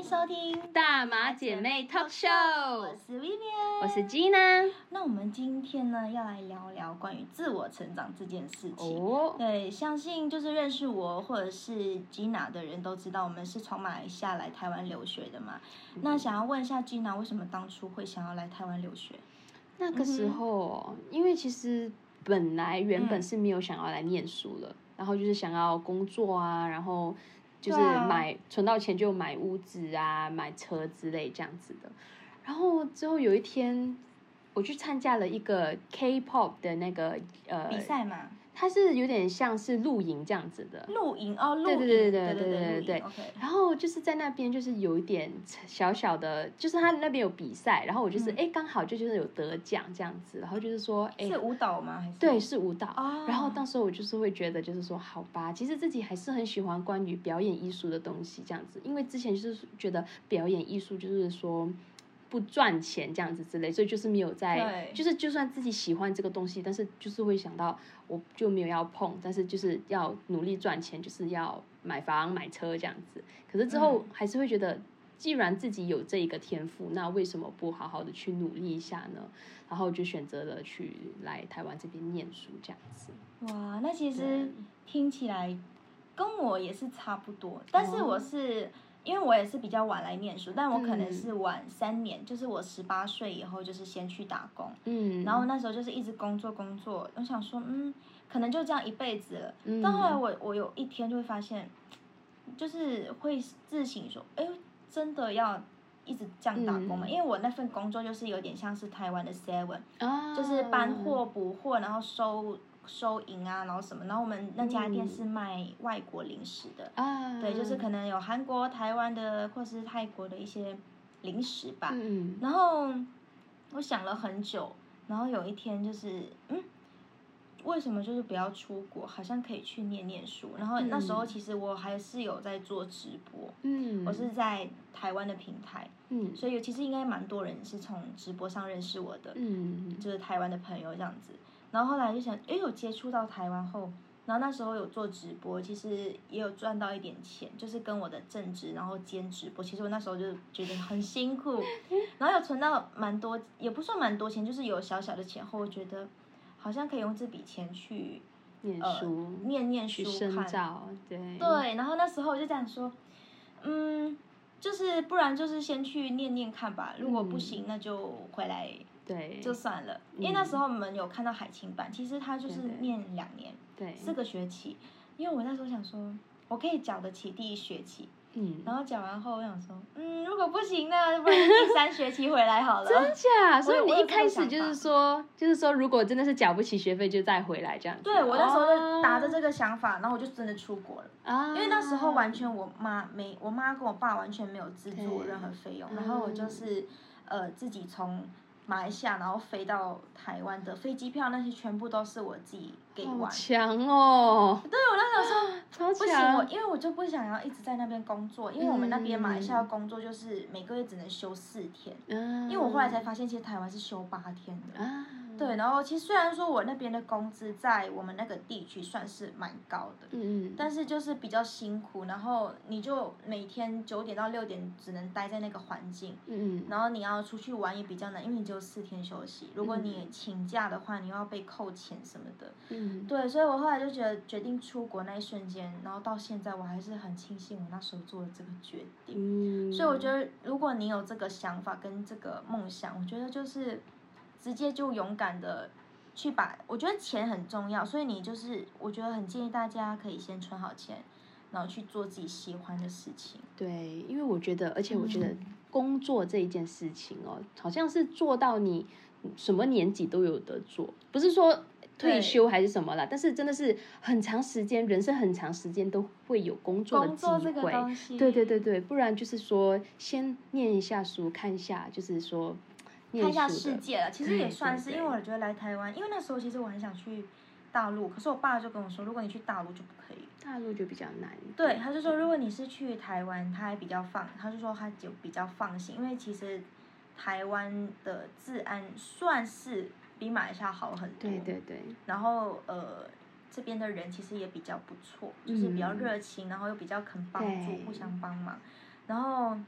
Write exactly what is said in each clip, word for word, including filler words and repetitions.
收听大马姐妹 Talk Show， 我是 Vivian， 我是 Gina。 那我们今天呢，要来聊聊关于自我成长这件事情。 哦， 对，相信就是认识我或者是 Gina 的人都知道，我们是从马来西亚来台湾留学的嘛。嗯、那想要问一下 Gina， 为什么当初会想要来台湾留学？ 那个时候，嗯、因为其实本来原本是没有想要来念书了，嗯、然后就是想要工作啊，然后。就是买、啊、存到钱就买屋子啊，买车之类这样子的。然后之后有一天，我去参加了一个 K-pop 的那个呃比赛嘛， 它是有点像是露营这样子的。 露营哦，露营， 对对对对对对对对。 OK。 然后就是在那边就是有一点小小的，就是他那边有比赛，然后我就是哎刚、嗯、好就就是有得奖这样子，然后就是说哎是舞蹈吗？还是对是舞蹈、 哦、 然后当时我就是会觉得就是说好吧，其实自己还是很喜欢关于表演艺术的东西这样子，因为之前就是觉得表演艺术就是说。不赚钱这样子之类，所以就是没有在，就是就算自己喜欢这个东西，但是就是会想到我就没有要碰，但是就是要努力赚钱，就是要买房买车这样子。可是之后还是会觉得，既然自己有这一个天赋，那为什么不好好的去努力一下呢？然后就选择了去来台湾这边念书这样子。 哇，那其实听起来跟我也是差不多，但是我是。哦因为我也是比较晚来念书，但我可能是晚三年，嗯、就是我十八岁以后就是先去打工，嗯，然后那时候就是一直工作工作，我想说，嗯，可能就这样一辈子了。嗯、但后来我我有一天就会发现，就是会自省说，哎，真的要一直这样打工吗？嗯、因为我那份工作就是有点像是台湾的 Seven，哦、就是搬货补货，然后收。收银啊，然后什么，然后我们那家店是卖外国零食的，嗯、对，就是可能有韩国、台湾的或是泰国的一些零食吧。嗯、然后我想了很久，然后有一天就是嗯，为什么就是不要出国，好像可以去念念书。然后那时候其实我还是有在做直播，嗯，我是在台湾的平台，嗯，所以其实应该蛮多人是从直播上认识我的，嗯，就是台湾的朋友这样子。然后后来就想，哎，有接触到台湾后，然后那时候有做直播，其实也有赚到一点钱，就是跟我的正职，然后兼直播。其实我那时候就觉得很辛苦，然后有存到蛮多，也不算蛮多钱，就是有小小的钱后，我觉得好像可以用这笔钱去念书、 呃、念念书、 深造，对对。然后那时候我就这样说，嗯，就是不然就是先去念念看吧，如果不行，嗯、那就回来。 对， 就算了，因为那时候我们有看到海青班，嗯、其实他就是念两年，对，四个学期。因为我那时候想说，我可以缴得起第一学期，嗯，然后缴完后我想说，嗯，如果不行那不然第三学期回来好了。 真假？所以你一開始就是說，就是說，如果真的是繳不起學費，就再回來這樣子。 對，我那時候就打着這個想法，然後我就真的出國了。啊，因為那時候完全我媽沒，我媽跟我爸完全沒有資助我任何費用，然後我就是呃自己從。馬來西亞，然後飛到台灣的飛機票那些全部都是我自己給完。 好強哦！ 對，我那時候說不行，我因為我就不想要一直在那邊工作，因為我們那邊馬來西亞工作就是每個月只能休四天，嗯、因為我後來才發現其實台灣是休八天的。啊對，然後其實雖然說我那邊的工資在我們那個地區算是蠻高的，嗯，但是就是比較辛苦，然後你就每天九點到六點只能待在那個環境，嗯，然後你要出去玩也比較難，因為你只有四天休息，如果你請假的話，你又要被扣錢什麼的，嗯，對，所以我後來就覺得決定出國那一瞬間，然後到現在我還是很慶幸我那時候做了這個決定，嗯，所以我覺得如果你有這個想法跟這個夢想，我覺得就是。直接就勇敢的去把，我覺得錢很重要，所以你就是我覺得很建議大家可以先存好錢，然後去做自己喜歡的事情。 對，因為我覺得，而且我覺得工作這一件事情哦，嗯、好像是做到你什麼年紀都有得做，不是說退休還是什麼啦，但是真的是很長時間，人生很長時間都會有工作的機會。工作這個東西。對對對對，不然就是說先念一下書，看一下，就是說。 看一下世界了，其實也算是，因為我覺得來台灣，因為那時候其實我很想去大陸，可是我爸就跟我說，如果你去大陸就不可以， 大陸就比較難。 對，他就說如果你是去台灣，他還比較放，他就說他就比較放心，因為其實台灣的治安算是比馬來西亞好很多。 對對對。 然後呃，這邊的人其實也比較不錯，就是比較熱情，嗯、然後又比較肯幫助，互相幫忙，然後。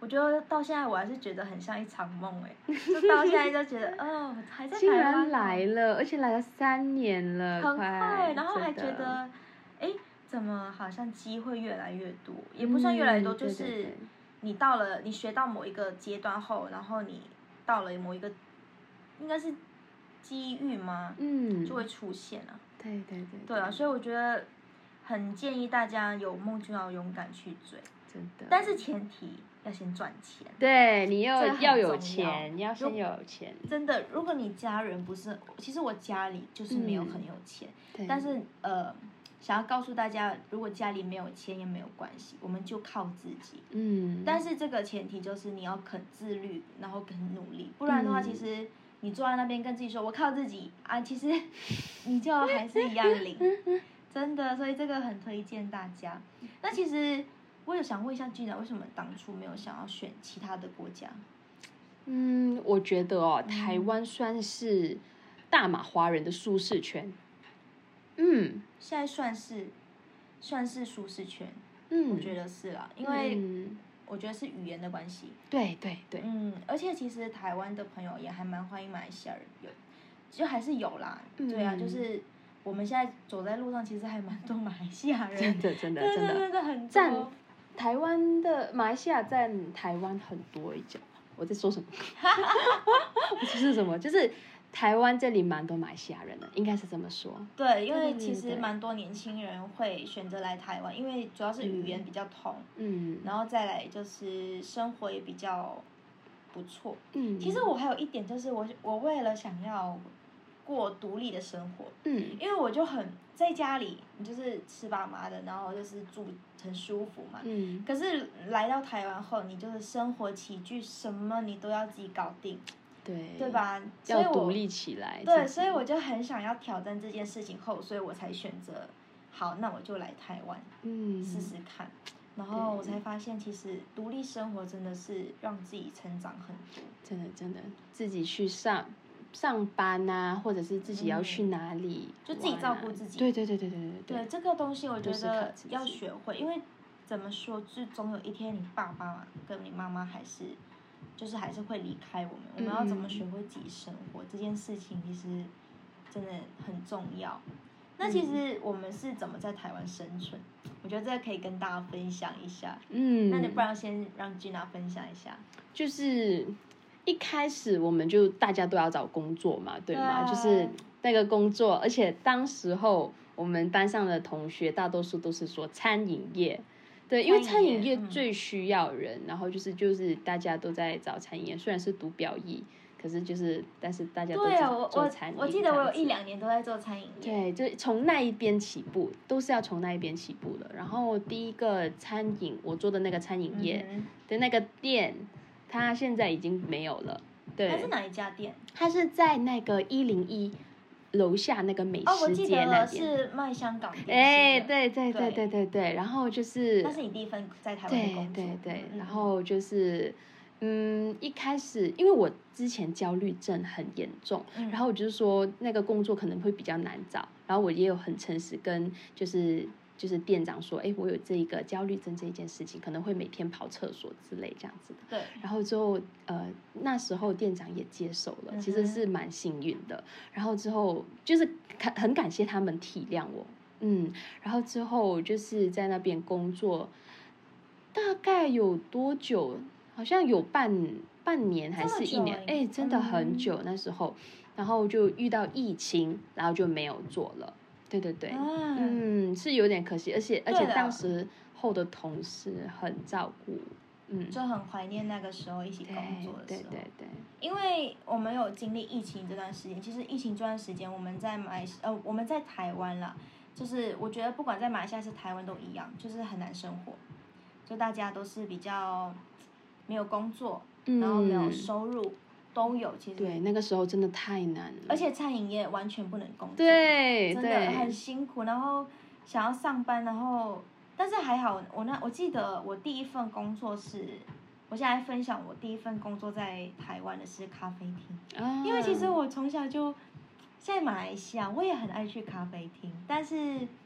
我觉得到现在我还是觉得很像一场梦哎，就到现在就觉得哦，还在台湾。 竟然来了，而且来了三年了， 很快，然后还真的觉得，哎，怎么好像机会越来越多，也不算越来越多， 嗯就是对对对你到了你学到某一个阶段后，然后你到了某一个，应该是机遇吗？ 嗯， 就会出现啊。 对对对。 对啊，所以我觉得很建议大家有梦就要勇敢去追， 真的。 但是前提要先赚钱。 对，你要这很要有重要钱，你要先有钱。 真的，如果你家人不是，其实我家里就是没有很有钱， 对但是呃，想要告诉大家，如果家里没有钱也没有关系，我们就靠自己。 嗯， 但是这个前提就是你要肯自律，然后肯努力，不然的话，其实你坐在那边跟自己说“我靠自己”啊，其实你就还是一样零，真的。所以这个很推荐大家。那其实我有想问一下Gina，为什么当初没有想要选其他的国家？ 嗯，我觉得哦，台湾算是大马华人的舒适圈。嗯， 现在算是算是舒适圈， 嗯， 我觉得是啦，因为嗯我觉得是语言的关系。 对对对， 嗯，而且其实台湾的朋友也还蛮欢迎马来西亚人，有就还是有啦。 嗯对啊，就是我们现在走在路上，其实还蛮多马来西亚人， 真的真的对真的真的很占多。 台湾的马来西亚占台湾很多一角。我在说什么？我这是什么？就是台湾这里蛮多马来西亚人的，应该是这么说。 对，因对对为其实对蛮多年轻人会选择来台湾，因为主要是语言比较通， 嗯， 然后再来就是生活也比较不错。 嗯， 其实我还有一点就是我我为了想要过独立的生活， 嗯， 因为我就很在家里，你就是吃爸妈的，然后就是住很舒服嘛。 嗯， 可是来到台湾后，你就是生活起居什么你都要自己搞定， 对， 对吧？所以我要独立起来。 对，所以我就很想要挑战这件事情后，所以我才选择，好，那我就来台湾， 嗯， 试试看。然后我才发现，其实独立生活真的是让自己成长很多。 真的真的，自己去上上班啊，或者是自己要去哪里、 嗯，就自己照顾自己。 对对对对对对对，这个东西我觉得要要学会，因为怎么说，就总有一天你爸爸跟你妈妈还是，就是还是会离开我们。我们要怎么学会自己生活、嗯、这件事情，其实真的很重要。那其实我们是怎么在台湾生存？我觉得这个可以跟大家分享一下。 嗯， 那你不然先让Gina分享一下。 就是一开始我们就大家都要找工作嘛，对吗？对，就是那个工作，而且当时候我们班上的同学大多数都是说餐饮业，对，因为餐饮业最需要人，嗯、然后就是就是大家都在找餐饮业，虽然是读表艺。可是就是，但是大家都在做餐饮。 我我记得我有一两年都在做餐饮对， 业。 就从那一边起步，都是要从那一边起步的。然后第一个餐饮，我做的那个餐饮业的那个店，嗯、它现在已经没有了。对。 它是哪一家店？ 它是在那个一零一楼下那个美食街那边。哦， 我记得了，是卖香港店。 哎，对对对对对对，然后就是。 那是你第一份在台湾的工作。 对对对，嗯、然后就是。嗯，一开始因为我之前焦虑症很严重，嗯、然后我就是说那个工作可能会比较难找，然后我也有很诚实跟就是就是店长说，哎，我有这一个焦虑症这一件事情，可能会每天跑厕所之类这样子的。 对。 然后之后呃那时候店长也接受了，其实是蛮幸运的。然后之后就是很很感谢他们体谅我，嗯，然后之后就是在那边工作，大概有多久？好像有半半年还是一年，哎，真的很久、嗯、那时候，然后就遇到疫情，然后就没有做了。对对对，嗯, 嗯，是有点可惜，而且而且当时候的同事很照顾，嗯， 就很怀念那个时候一起工作的时候。 对对对对， 因为我们有经历疫情这段时间，其实疫情这段时间我们在马来呃我们在台湾啦，就是我觉得不管在马来西亚还是台湾都一样，就是很难生活，就大家都是比较。没有工作，然后没有收入，嗯、都有。其实对那个时候真的太难了， 而且餐饮业完全不能工作， 对， 真的很辛苦。然后想要上班，然后但是还好，我那我记得我第一份工作是，我现在分享我第一份工作在台湾的是咖啡厅，啊、因为其实我从小就在马来西亚，我也很爱去咖啡厅，但是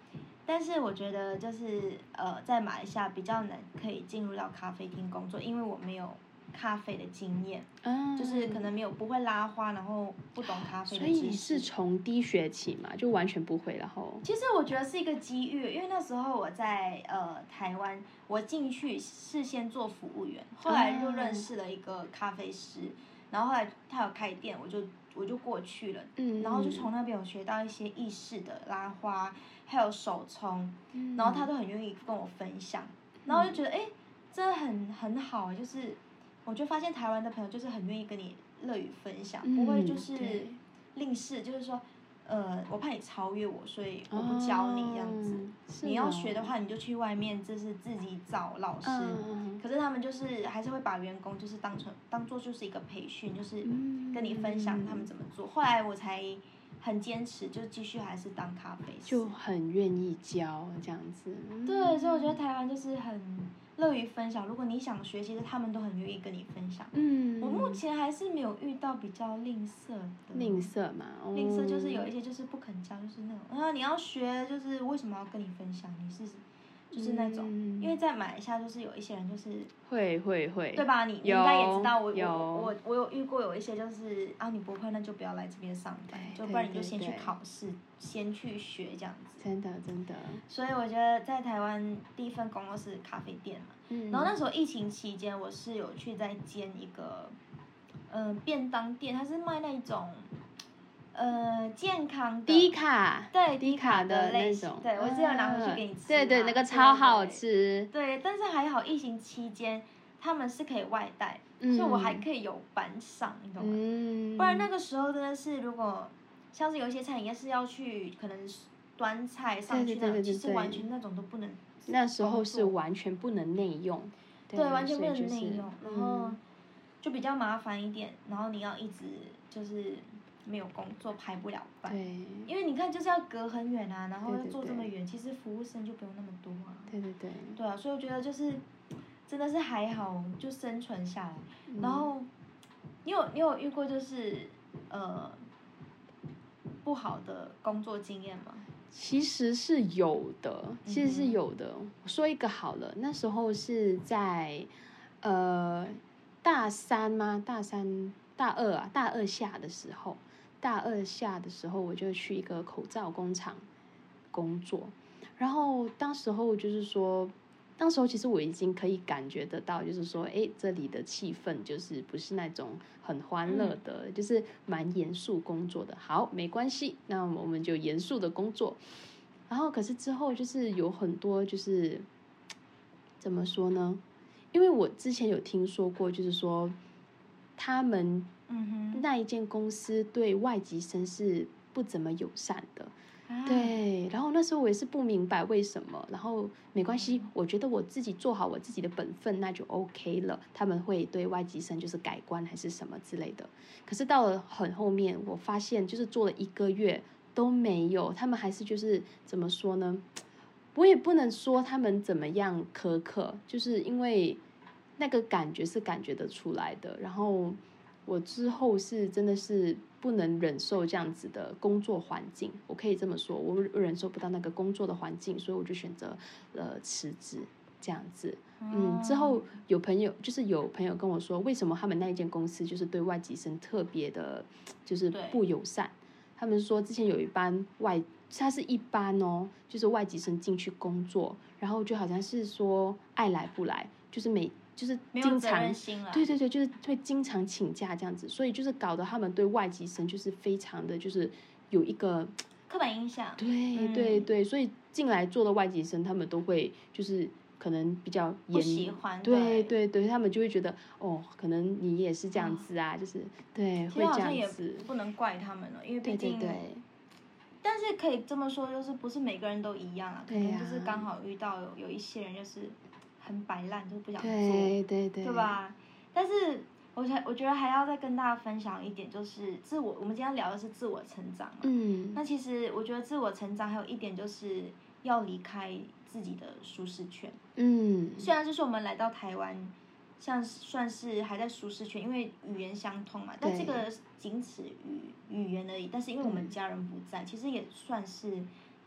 但是我觉得就是呃，在马来西亚比较难可以进入到咖啡厅工作，因为我没有咖啡的经验， 嗯， 就是可能没有不会拉花，然后不懂咖啡的所以知识。 你是从低学起嘛，就完全不会，然后。 其实我觉得是一个机遇，因为那时候我在呃台湾，我进去是先做服务员，后来就认识了一个咖啡师，然后后来他有开店，我就我就过去了， 嗯， 然后就从那边有学到一些意式的拉花，还有手冲， 嗯， 然后他都很愿意跟我分享，然后就觉得哎，真的很很好，就是我就发现台湾的朋友就是很愿意跟你乐于分享， 嗯， 不会就是对吝啬，就是说。呃，我怕你超越我，所以我不教你这样子。 哦你要学的话，你就去外面，就是自己找老师。 嗯、 可是他们就是还是会把员工就是当成当做就是一个培训，就是跟你分享他们怎么做。 嗯、 后来我才很坚持，就继续还是当咖啡师。 就很愿意教这样子。 对，所以我觉得台湾就是很乐于分享。如果你想学，其实他们都很愿意跟你分享。 嗯， 我目前还是没有遇到比较吝啬的。 吝啬嘛，哦、 吝啬就是有一些就是不肯教，就是那种啊，你要学，就是为什么要跟你分享？你是，就是那种，嗯、因为在马来西亚就是有一些人就是会会会， 对吧？你你应该也知道我， 有我我我有遇过有一些就是啊，你不会那就不要来这边上班，就不然你就先去考试，先去学这样子。 真的真的。 所以我觉得在台湾第一份工作是咖啡店嘛，嗯、然后那时候疫情期间我是有去在兼一个，呃，便当店，它是卖那种。呃，健康的低卡， 对低卡的那种， 对我之前有拿回去给你吃， 对对，那个超好吃。 对，但是还好疫情期间他们是可以外带， 嗯、 所以我还可以有班上，你懂吗？嗯、不然那个时候真的是，如果像是有一些餐饮业是要去可能端菜上去那种，其实完全那种都不能。 那时候是完全不能内用， 对，完全不能内用， 就是、 然后就比较麻烦一点，然后你要一直就是。没有工作排不了班， 对， 因为你看就是要隔很远啊，然后要坐这么远，其实服务生就不用那么多啊。 对对对。 对啊，所以我觉得就是真的是还好，就生存下来。嗯、然后你有你有遇过就是呃不好的工作经验吗？ 其实是有的，其实是有的。嗯、我说一个好了，那时候是在呃大三吗？大三。大二啊，大二下的时候，大二下的时候我就去一个口罩工厂工作，然后当时候就是说，当时候其实我已经可以感觉得到，就是说，哎，这里的气氛就是不是那种很欢乐的，嗯、就是蛮严肃工作的。好，没关系，那我们就严肃的工作。然后可是之后就是有很多就是怎么说呢？因为我之前有听说过，就是说。他们那一间公司对外籍生是不怎么友善的，啊、对。然后那时候我也是不明白为什么，然后没关系，嗯、我觉得我自己做好我自己的本分，那就 OK 了。他们会对外籍生就是改观还是什么之类的。可是到了很后面，我发现就是做了一个月都没有，他们还是就是怎么说呢？我也不能说他们怎么样苛刻，就是因为。那个感觉是感觉得出来的，然后我之后是真的是不能忍受这样子的工作环境，我可以这么说，我忍受不到那个工作的环境，所以我就选择呃辞职这样子。嗯，之后有朋友就是有朋友跟我说，为什么他们那一间公司就是对外籍生特别的，就是不友善。他们说之前有一班外，他是一班哦，就是外籍生进去工作，然后就好像是说爱来不来，就是每。就是经常，对对对，就是会经常请假这样子，所以就是搞得他们对外籍生就是非常的就是有一个刻板印象。 对、嗯、对对，所以进来做的外籍生，他们都会就是可能比较严， 不喜欢。 对对对，他们就会觉得哦，可能你也是这样子啊，哦、就是对会这样子。 不能怪他们了，因为毕竟。 对对对但是可以这么说，就是不是每个人都一样啊，可能就是刚好遇到有有一些人就是。很摆烂，就不想做， 对对对， 对吧？但是我才我觉得还要再跟大家分享一点，就是自我。我们今天聊的是自我成长嘛，嗯，那其实我觉得自我成长还有一点就是要离开自己的舒适圈，嗯，虽然是说我们来到台湾，像算是还在舒适圈，因为语言相通嘛，但这个仅此于语言而已。但是因为我们家人不在，嗯、其实也算是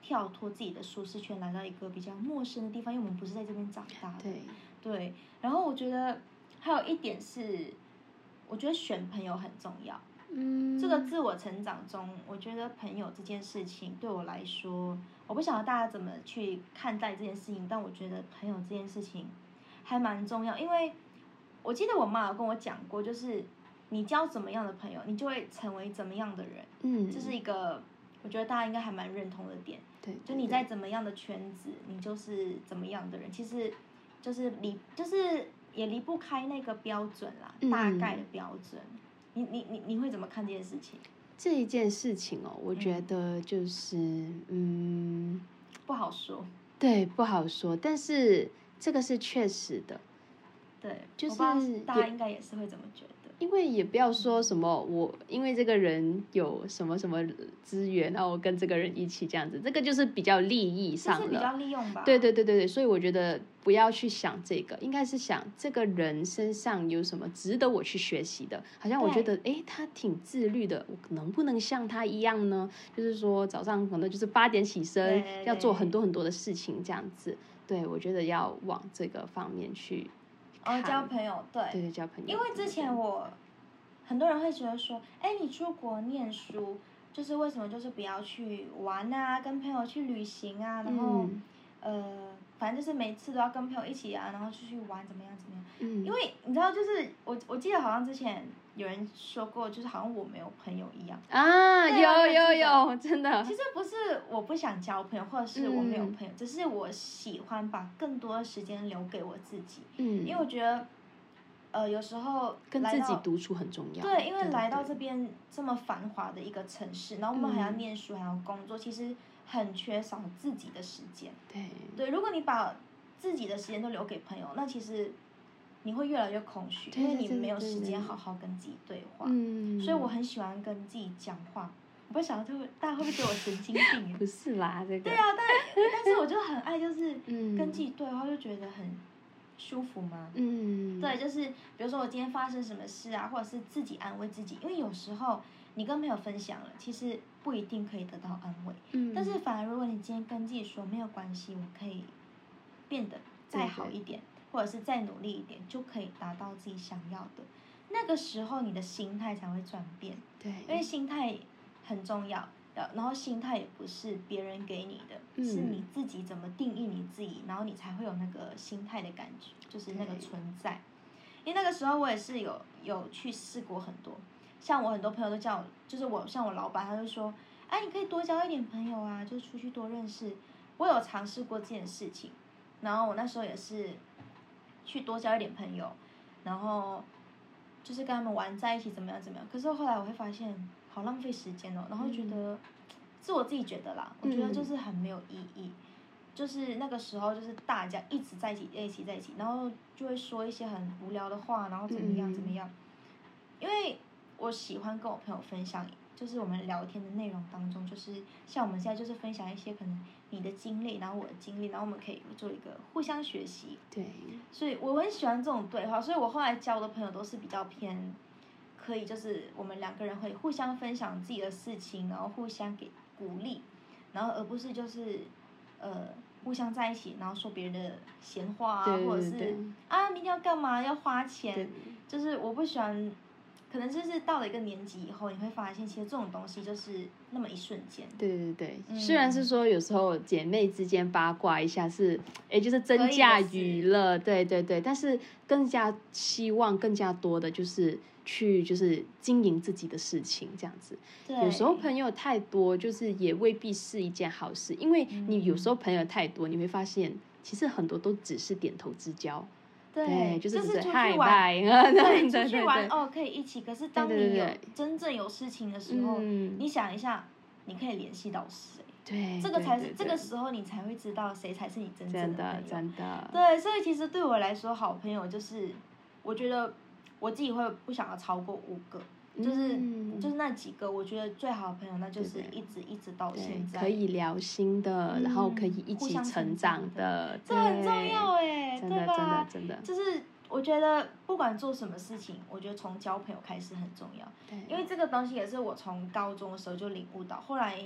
跳脱自己的舒适圈，来到一个比较陌生的地方，因为我们不是在这边长大的。 对对，然后我觉得还有一点是，我觉得选朋友很重要。 嗯， 这个自我成长中，我觉得朋友这件事情对我来说，我不晓得大家怎么去看待这件事情，但我觉得朋友这件事情还蛮重要，因为我记得我妈有跟我讲过，就是你交怎么样的朋友，你就会成为怎么样的人。 嗯， 这是一个我觉得大家应该还蛮认同的点。 对， 就你在怎么样的圈子，你就是怎么样的人，其实就是离就是也离不开那个标准啦， 嗯、 大概的标准。你你你你会怎么看这件事情？ 这一件事情哦，我觉得就是嗯，嗯不好说。 对，不好说，但是这个是确实的。 对， 就是大家应该也是会这么觉得。 因为也不要说什么我因为这个人有什么什么资源，然后我跟这个人一起这样子，这个就是比较利益上了， 就是比较利用吧。 对对对对对，所以我觉得不要去想这个，应该是想这个人身上有什么值得我去学习的。好像我觉得哎，他挺自律的，我能不能像他一样呢？就是说早上可能就是八点起身，要做很多很多的事情这样子。对，我觉得要往这个方面去。 哦，交朋友，对， 对对，交朋友。 因为之前我很多人会觉得说，哎，你出国念书，就是为什么就是不要去玩啊，跟朋友去旅行啊，然后、嗯、呃，反正就是每次都要跟朋友一起啊，然后出去玩怎么样怎么样。嗯。因为你知道，就是我我记得好像之前有人说过，就是好像我没有朋友一样。 啊，有有有，真的。 其实不是我不想交朋友，或者是我没有朋友，嗯、只是我喜欢把更多的时间留给我自己。嗯。因为我觉得，呃，有时候跟自己独处很重要。 对，因为来到这边这么繁华的一个城市，然后我们还要念书，嗯、还要工作，其实很缺少自己的时间。 对。对， 如果你把自己的时间都留给朋友，那其实你会越来越空虚，因为你没有时间好好跟自己对话。嗯。所以我很喜欢跟自己讲话。我不晓得大家会不会觉得我神经病？ 不是啦，这个。 对啊，但但是我就很爱，就是跟自己对话，就觉得很舒服嘛。嗯。对，就是比如说我今天发生什么事啊，或者是自己安慰自己，因为有时候你跟朋友分享了，其实不一定可以得到安慰。嗯。但是反而如果你今天跟自己说没有关系，我可以变得再好一点，或者是再努力一点，就可以达到自己想要的。那个时候你的心态才会转变。对。因为心态很重要，然后心态也不是别人给你的，嗯、是你自己怎么定义你自己，然后你才会有那个心态的感觉，就是那个存在。因为那个时候我也是有有去试过很多，像我很多朋友都叫我，就是我像我老板他就说，哎，你可以多交一点朋友啊，就是出去多认识。我有尝试过这件事情，然后我那时候也是去多交一点朋友，然后就是跟他们玩在一起怎么样怎么样。可是后来我会发现。好浪费时间哦，然后觉得，嗯、是我自己觉得啦，我觉得就是很没有意义，嗯、就是那个时候就是大家一直在一起，在一起，在一起，然后就会说一些很无聊的话，然后怎么样、嗯、怎么样，因为我喜欢跟我朋友分享，就是我们聊天的内容当中，就是像我们现在就是分享一些可能你的经历，然后我的经历，然后我们可以做一个互相学习。 对， 所以我很喜欢这种对话，所以我后来交的朋友都是比较偏。可以，就是我们两个人会互相分享自己的事情，然后互相给鼓励，然后而不是就是呃互相在一起，然后说别人的闲话啊，或者是啊明天要干嘛要花钱，就是我不喜欢。可能就是到了一个年纪以后，你会发现，其实这种东西就是那么一瞬间。 对对对，嗯、虽然是说有时候姐妹之间八卦一下是，哎，就是增加娱乐，对对对，但是更加希望更加多的就是去就是经营自己的事情这样子。有时候朋友太多，就是也未必是一件好事，因为你有时候朋友太多，你会发现其实很多都只是点头之交。 对， 就是出去玩，对，出去玩哦可以一起，可是当你有真正有事情的时候，你想一下，你可以联系到谁？ 对， 这个才是这个时候你才会知道谁才是你真正的朋友。 真的，真的。 对，所以其实对我来说，好朋友就是，我觉得我自己会不想要超过五个。就是、嗯、就是那几个，我觉得最好的朋友，那就是一直一直到现在可以聊心的、嗯，然后可以一起成长的， 这很重要哎， 真的对吧？ 真的真的， 就是我觉得不管做什么事情，我觉得从交朋友开始很重要。对，因为这个东西也是我从高中的时候就领悟到，后来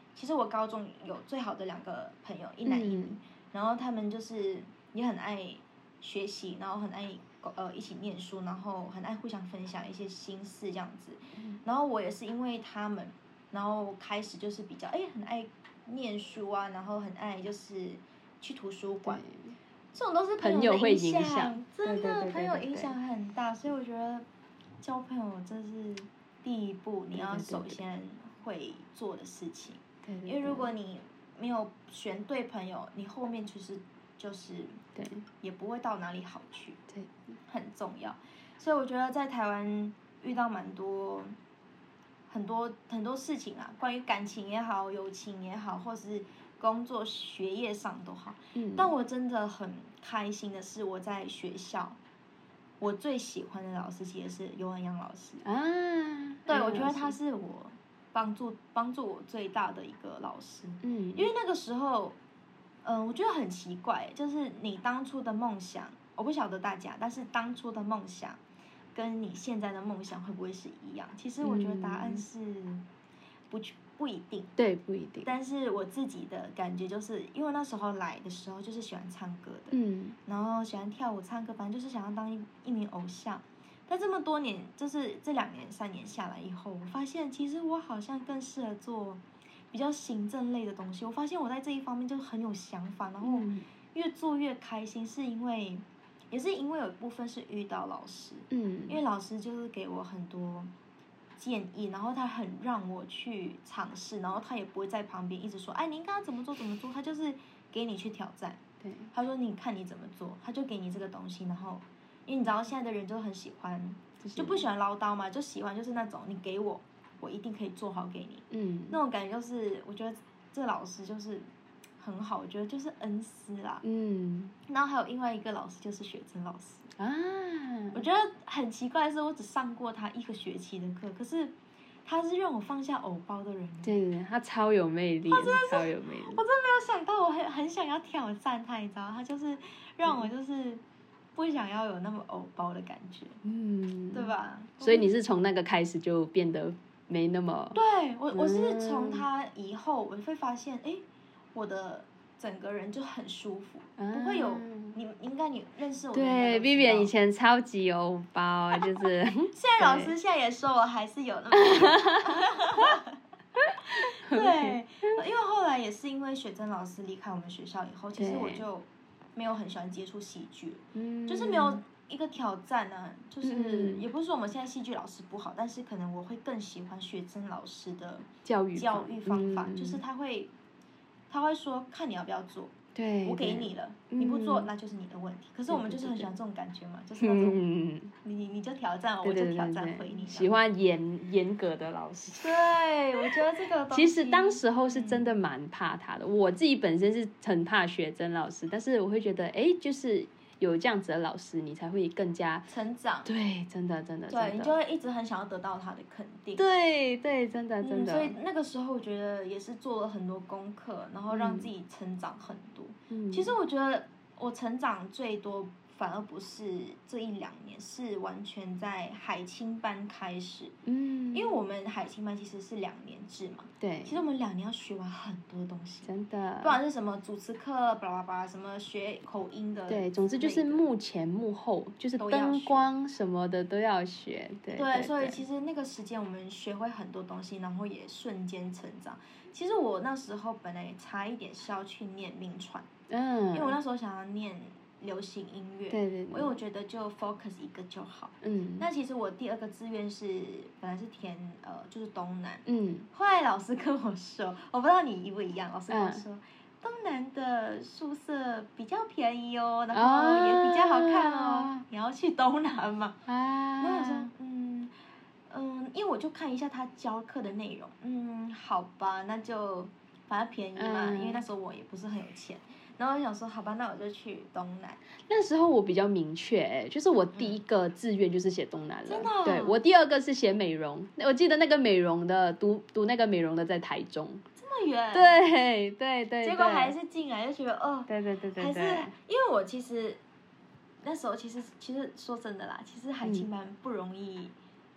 其实我高中有最好的两个朋友，一男一女， 嗯、 然后他们就是也很爱学习，然后很爱呃一起念书，然后很爱互相分享一些心事这样子。嗯、然后我也是因为他们，然后开始就是比较哎很爱念书啊，然后很爱就是去图书馆。这种都是朋友的影响，真的朋友影响很大，所以我觉得交朋友这是第一步，你要首先会做的事情。 对对对， 因为如果你没有选对朋友，你后面其实就是对也不会到哪里好去， 对， 很重要。所以我觉得在台湾遇到蛮多很多很多事情啊，关于感情也好，友情也好，或是工作、学业上都好， 嗯， 但我真的很开心的是，我在学校，我最喜欢的老师其实是尤文阳老师啊。 对，我觉得他是我帮助帮助我最大的一个老师。 嗯， 因为那个时候，嗯、呃，我觉得很奇怪，就是你当初的梦想，我不晓得大家，但是当初的梦想，跟你现在的梦想会不会是一样？其实我觉得答案是不去。不一定， 对，不一定。 但是我自己的感觉就是，因为那时候来的时候就是喜欢唱歌的， 嗯， 然后喜欢跳舞、唱歌，反正就是想要当一一名偶像。但这么多年，就是这两年、三年下来以后，我发现其实我好像更适合做比较行政类的东西。我发现我在这一方面就很有想法，然后越做越开心，是因为也是因为有一部分是遇到老师， 嗯， 因为老师就是给我很多建议，然后他很让我去尝试，然后他也不会在旁边一直说，哎，你应该怎么做怎么做，他就是给你去挑战。 对， 他说你看你怎么做，他就给你这个东西，然后因为你知道现在的人就很喜欢，就不喜欢唠叨嘛，就喜欢就是那种你给我，我一定可以做好给你， 嗯， 那种感觉就是我觉得这老师就是很好，我觉得就是恩师啦。 嗯， 然后还有另外一个老师就是雪珍老师。 啊， 我觉得很奇怪的是，我只上过他一个学期的课，可是他是让我放下偶包的人。 对对，他超有魅力，超有魅力。 我真的没有想到，我很很想要挑战他，你知道，他就是让我就是不想要有那么偶包的感觉，嗯，对吧？ 所以你是从那个开始就变得没那么…… 对我，我是从他以后，我会发现，哎，我的整个人就很舒服，啊、不会有。你应该你认识我的对 ，Vivian 以前超级偶包，就是现在老师现在也说我还是有那么对，因为后来也是因为雪珍老师离开我们学校以后，其实我就没有很喜欢接触戏剧，嗯，就是没有一个挑战啊，就是、嗯、也不是说我们现在戏剧老师不好，但是可能我会更喜欢雪珍老师的教育教育方法，嗯、就是他会他会说看你要不要做。 对， 我给你了，你不做、嗯、那就是你的问题。可是我们就是很喜欢这种感觉嘛，就是那种、嗯、你你就挑战我，我就挑战回你。 喜欢严严格的老师。 对，我觉得这个东西。 其实当时候是真的蛮怕他的，嗯、我自己本身是很怕雪珍老师，但是我会觉得，哎，就是有这样子的老师，你才会更加成长。 对，真的真的。 对，你就会一直很想要得到他的肯定。 对对，真的真的、 嗯。所以那个时候我觉得也是做了很多功课，然后让自己成长很多。嗯、其实我觉得我成长最多，反而不是这一两年，是完全在海青班开始。嗯。因为我们海青班其实是两年制嘛。 对。 其实我们两年要学完很多东西。 真的。 不管是什么主持课，巴拉巴拉，什么学口音的。 对，总之就是幕前幕后，就是灯光什么的都要学。对。 对，对所以其实那个时间我们学会很多东西，然后也瞬间成长。其实我那时候本来差一点是要去念名传。嗯，因为我那时候想要念流行音乐， 对对对， 因为我觉得就 focus 一个就好。嗯，那其实我第二个志愿是本来是填呃就是东南，嗯，后来老师跟我说，我不知道你一不一样，老师跟我说、嗯、东南的宿舍比较便宜哦，然后也比较好看哦，啊、你要去东南嘛？啊，然后我说嗯嗯，因为我就看一下他教课的内容，嗯，好吧，那就反正便宜嘛、嗯，因为那时候我也不是很有钱。然后我想说，好吧，那我就去东南。 那时候我比较明确、欸，就是我第一个志愿就是写东南了。 真的、哦？ 对，我第二个是写美容，我记得那个美容的读读那个美容的在台中。 这么远？ 对对 对, 對。 结果还是进来就觉得哦， 对对对对对。 还是因为我其实那时候其实其实说真的啦，其实海青班不容易。嗯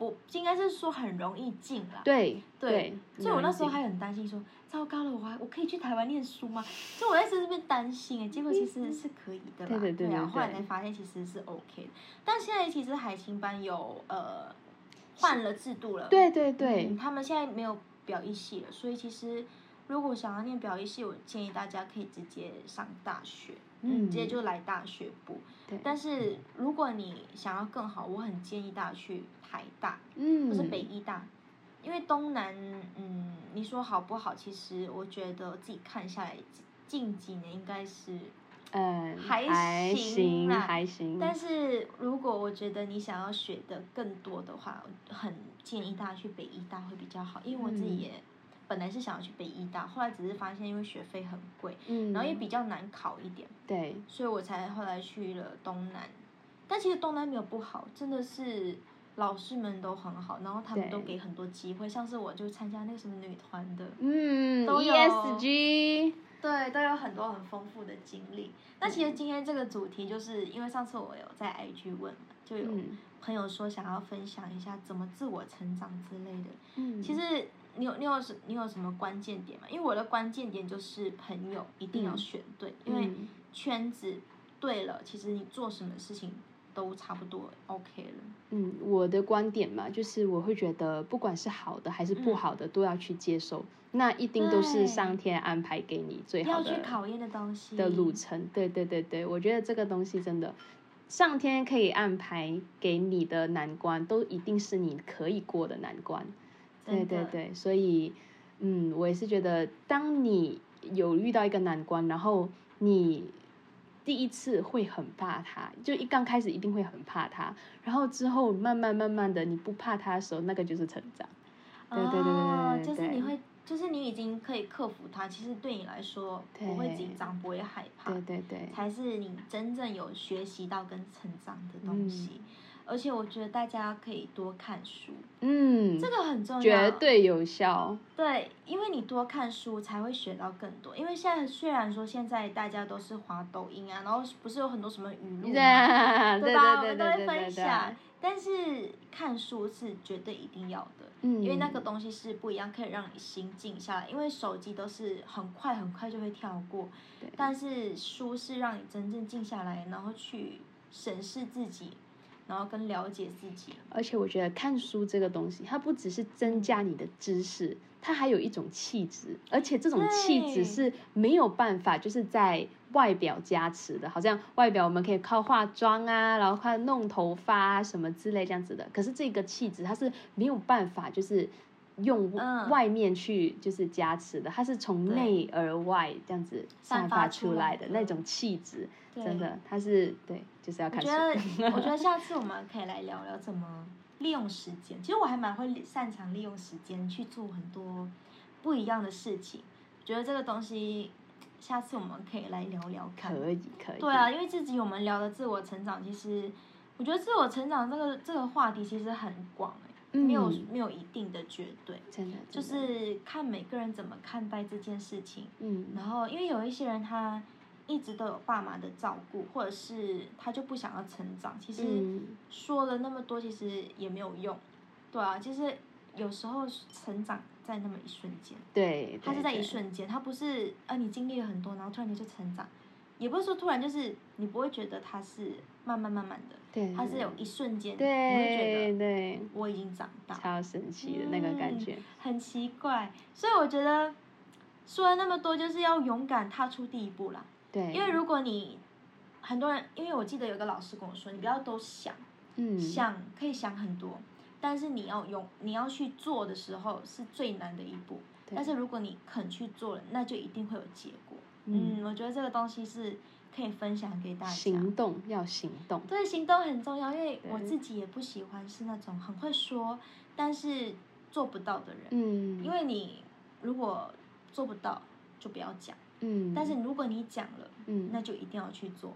不应该是说很容易进啦。 对对，所以我那时候还很担心说，糟糕了，我还我可以去台湾念书吗？所以我在这边担心哎，结果其实是可以的啦。 对对对对啊，后来才发现其实是 OK 的。但现在其实海青班有呃换了制度了。 对对对、 嗯，他们现在没有表艺系了，所以其实如果想要念表艺系，我建议大家可以直接上大学，嗯，直接就来大学部。 对。 但是如果你想要更好，我很建议大家去台大， 嗯， 或是北医大，因为东南，嗯，你说好不好？其实我觉得自己看下来，近几年应该是， 嗯， 还行啦， 还行。 但是如果我觉得你想要学的更多的话，很建议大家去北医大会比较好，因为我自己也。嗯本来是想要去北医大，后来只是发现因为学费很贵，嗯，然后也比较难考一点， 对， 所以我才后来去了东南。但其实东南没有不好，真的是老师们都很好，然后他们都给很多机会，像是我就参加那个什么女团的， 嗯， 都有 E S G， 对，都有很多很丰富的经历。那其实今天这个主题就是因为上次我有在 I G 问嘛，就有朋友说想要分享一下怎么自我成长之类的，嗯，其实。你有你有什你有什么关键点吗？因为我的关键点就是朋友一定要选对，嗯、因为圈子对了，其实你做什么事情都差不多 OK 了。 嗯，我的观点嘛，就是我会觉得不管是好的还是不好的，嗯、都要去接受，那一定都是上天安排给你最好的要去考验的东西的路程。对对对对，我觉得这个东西真的。上天可以安排给你的难关，都一定是你可以过的难关。对对对，所以，嗯，我也是觉得，当你有遇到一个难关，然后你第一次会很怕它，就一刚开始一定会很怕它，然后之后慢慢慢慢的，你不怕它的时候，那个就是成长。对对对对对对， 就是你会，就是你已经可以克服它，其实对你来说不会紧张，不会害怕。 对对对， 才是你真正有学习到跟成长的东西。嗯而且我觉得大家可以多看书， 嗯， 这个很重要， 绝对有效。 对，因为你多看书才会学到更多。因为现在虽然说现在大家都是滑抖音啊，然后不是有很多什么语录嘛，对吧？我们都会分享，但是看书是绝对一定要的，嗯，因为那个东西是不一样，可以让你心静下来。因为手机都是很快很快就会跳过，但是书是让你真正静下来，然后去审视自己。然后更了解自己， 而且我觉得看书这个东西，它不只是增加你的知识，它还有一种气质，而且这种气质是没有办法就是在外表加持的，好像外表我们可以靠化妆啊，然后靠弄头发啊什么之类这样子的，可是这个气质它是没有办法就是用外面去就是加持的，它是从内而外这样子散发出来的那种气质。真的，他是对，就是要看书。 我觉得，我觉得下次我们可以来聊聊怎么利用时间。其实我还蛮会擅长利用时间去做很多不一样的事情。我觉得这个东西，下次我们可以来聊聊看。 可以，可以。 对啊，因为自己我们聊的自我成长，其实我觉得自我成长这个这个话题其实很广哎、欸，没有、嗯、没有一定的绝对， 真的， 就是看每个人怎么看待这件事情。嗯，然后因为有一些人他。一直都有爸妈的照顾，或者是他就不想要成长。其实说了那么多，其实也没有用，对啊。其实有时候成长在那么一瞬间， 对， 它是在一瞬间，它不是啊，你经历了很多，然后突然间就成长，也不是说突然就是你不会觉得它是慢慢慢慢的， 对， 它是有一瞬间， 对， 你会觉得对我已经长大， 超神奇的那个感觉、嗯， 很奇怪。所以我觉得说了那么多，就是要勇敢踏出第一步啦。 对， 因为如果你很多人，因为我记得有个老师跟我说，你不要都想，嗯，想可以想很多，但是你要用你要去做的时候是最难的一步。但是如果你肯去做了，那就一定会有结果。嗯，嗯我觉得这个东西是可以分享给大家。 行动要行动， 对，行动很重要，因为我自己也不喜欢是那种很会说，但是做不到的人。嗯，因为你如果做不到，就不要讲。嗯，但是如果你讲了，嗯，那就一定要去做。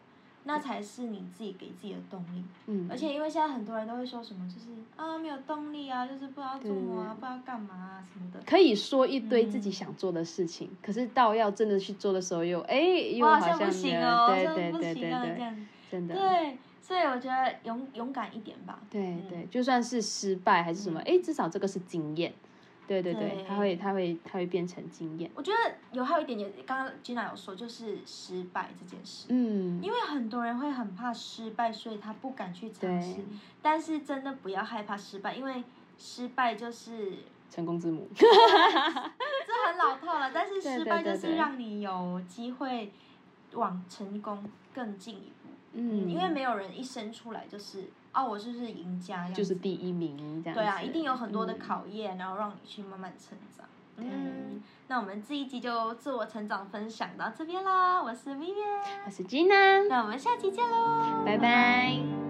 那才是你自己给自己的动力。 嗯， 而且因为现在很多人都会说什么，就是啊没有动力啊，就是不知道做什么啊，不知道干嘛啊什么的。 可以说一堆自己想做的事情，嗯、可是到要真的去做的时候又，哎，又好像不行哦， 对对对对对， 真的。 对，所以我觉得勇勇敢一点吧。 对、 嗯、 对，就算是失败还是什么，哎、嗯，至少这个是经验。对对对， 对它会它会它会变成经验。 我觉得有还有一点点，刚刚 Gina 有说，就是失败这件事。 嗯。 因为很多人会很怕失败，所以他不敢去尝试。但是真的不要害怕失败，因为失败就是成功之母。 这很老套了，但是失败就是让你有机会往成功更进一步。嗯，因为没有人一生出来就是哦，我就是赢家， 就是第一名这样子。 对啊，一定有很多的考验，嗯、然后让你去慢慢成长。嗯，那我们这一集就自我成长分享到这边啦。我是 Vivian， 我是 Gina， 那我们下期见喽， 拜拜。